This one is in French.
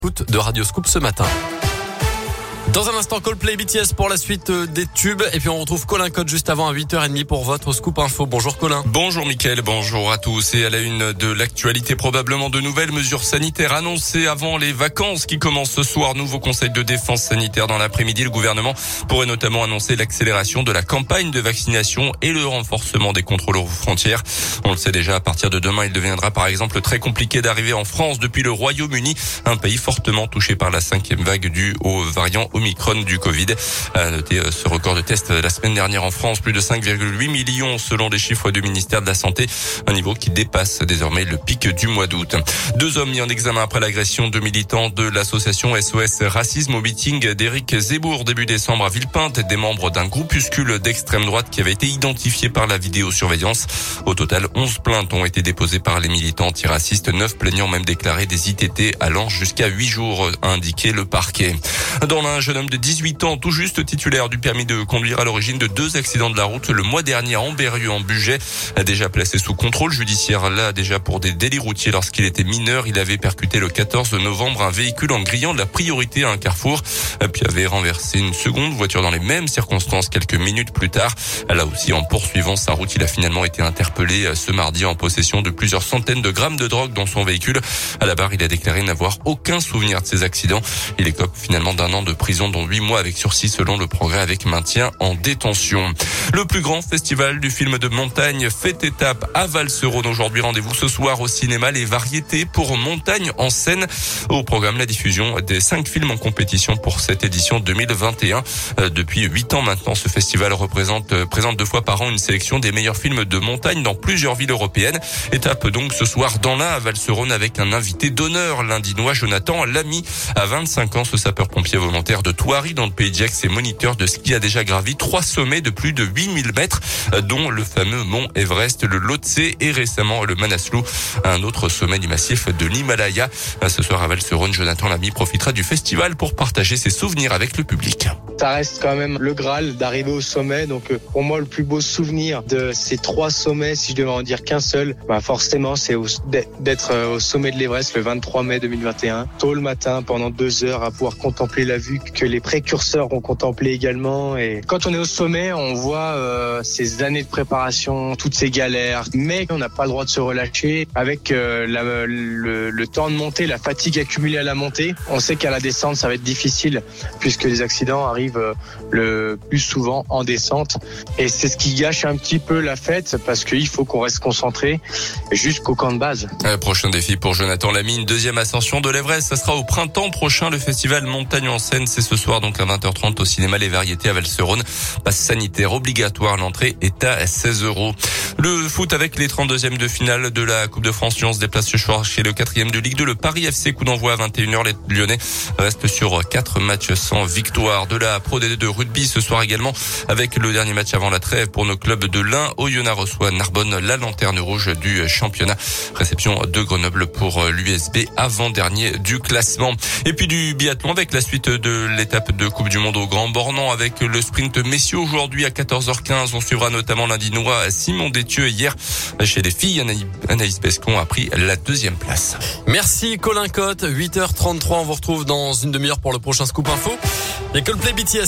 Écoute de Radio Scoop ce matin. Dans un instant, Coldplay BTS pour la suite des tubes. Et puis on retrouve Colin Cotte juste avant à 8h30 pour votre Scoop Info. Bonjour Colin. Bonjour Mickaël, bonjour à tous. Et à la une de l'actualité, probablement de nouvelles mesures sanitaires annoncées avant les vacances qui commencent ce soir. Nouveau conseil de défense sanitaire dans l'après-midi. Le gouvernement pourrait notamment annoncer l'accélération de la campagne de vaccination et le renforcement des contrôles aux frontières. On le sait déjà, à partir de demain, il deviendra par exemple très compliqué d'arriver en France depuis le Royaume-Uni, un pays fortement touché par la 5e vague due au variant Omicron du Covid. À noter ce record de tests la semaine dernière en France, plus de 5,8 millions selon les chiffres du ministère de la Santé, un niveau qui dépasse désormais le pic du mois d'août. 2 hommes mis en examen après l'agression de militants de l'association SOS Racisme au meeting d'Éric Zemmour début décembre à Villepinte, des membres d'un groupuscule d'extrême droite qui avait été identifié par la vidéosurveillance. Au total, 11 plaintes ont été déposées par les militants antiracistes, 9 plaignants même déclaré des ITT allant jusqu'à 8 jours, a indiqué le parquet. Dans l'un, un jeune homme de 18 ans, tout juste titulaire du permis de conduire à l'origine de 2 accidents de la route le mois dernier à Ambérieu en Bugey, a déjà placé sous contrôle judiciaire là déjà pour des délits routiers lorsqu'il était mineur. Il avait percuté le 14 novembre un véhicule en grillant de la priorité à un carrefour, puis avait renversé une seconde voiture dans les mêmes circonstances quelques minutes plus tard. Là aussi, en poursuivant sa route, il a finalement été interpellé ce mardi en possession de plusieurs centaines de grammes de drogue dans son véhicule. À la barre, il a déclaré n'avoir aucun souvenir de ces accidents. Il écope finalement d'1 an de prison, dont 8 mois avec sursis selon le progrès, avec maintien en détention. Le plus grand festival du film de montagne fait étape à Val-sur-Rhône aujourd'hui. Rendez-vous ce soir au cinéma, les variétés pour Montagne en scène. Au programme, la diffusion des 5 films en compétition pour cette édition 2021. Depuis 8 ans maintenant, ce festival présente 2 fois par an une sélection des meilleurs films de montagne dans plusieurs villes européennes. Étape donc ce soir dans l'Ain à Val-sur-Rhône avec un invité d'honneur, l'Indinois Jonathan Lamy. À 25 ans, ce sapeur-pompier volontaire de Thoiry dans le Pays de Gex et moniteur de ski a déjà gravi 3 sommets de plus de 8000 mètres, dont le fameux mont Everest, le Lhotse et récemment le Manaslu, un autre sommet du massif de l'Himalaya. Ce soir à Val-sur-Rhône, Jonathan Lamy profitera du festival pour partager ses souvenirs avec le public. Ça reste quand même le Graal d'arriver au sommet. Donc pour moi, le plus beau souvenir de ces 3 sommets, si je devais en dire qu'un seul, forcément c'est d'être au sommet de l'Everest le 23 mai 2021, tôt le matin pendant 2 heures à pouvoir contempler la vue que les précurseurs ont contemplé également. Et quand on est au sommet, on voit ces années de préparation, toutes ces galères, mais on n'a pas le droit de se relâcher. Avec le temps de montée, la fatigue accumulée à la montée, on sait qu'à la descente ça va être difficile puisque les accidents arrivent le plus souvent en descente, et c'est ce qui gâche un petit peu la fête parce qu'il faut qu'on reste concentré jusqu'au camp de base. Prochain défi pour Jonathan Lamy, une 2e ascension de l'Everest. Ça sera au printemps prochain. Le festival Montagne en scène, c'est ce soir donc à 20h30 au cinéma Les Variétés à Val-sur-Rhône. Passe sanitaire obligatoire, l'entrée est à 16 €. Le foot avec les 32e de finale de la Coupe de France. Lyon se déplace ce soir chez le 4e de Ligue 2. Le Paris FC, coup d'envoi à 21h. Les Lyonnais restent sur 4 matchs sans victoire. De la Pro D2 de rugby ce soir également avec le dernier match avant la trêve pour nos clubs de l'Ain. Oyonnax reçoit Narbonne, la lanterne rouge du championnat. Réception de Grenoble pour l'USB, avant-dernier du classement. Et puis du biathlon avec la suite de l'étape de Coupe du Monde au Grand Bornand avec le sprint messieurs aujourd'hui à 14h15. On suivra notamment l'Indinois Simon Détieux. Hier, chez les filles, Anaïs Bescon a pris la 2e place. Merci Colin Cotte. 8h33, on vous retrouve dans une demi-heure pour le prochain Scoop Info. Il y a Coldplay BTS.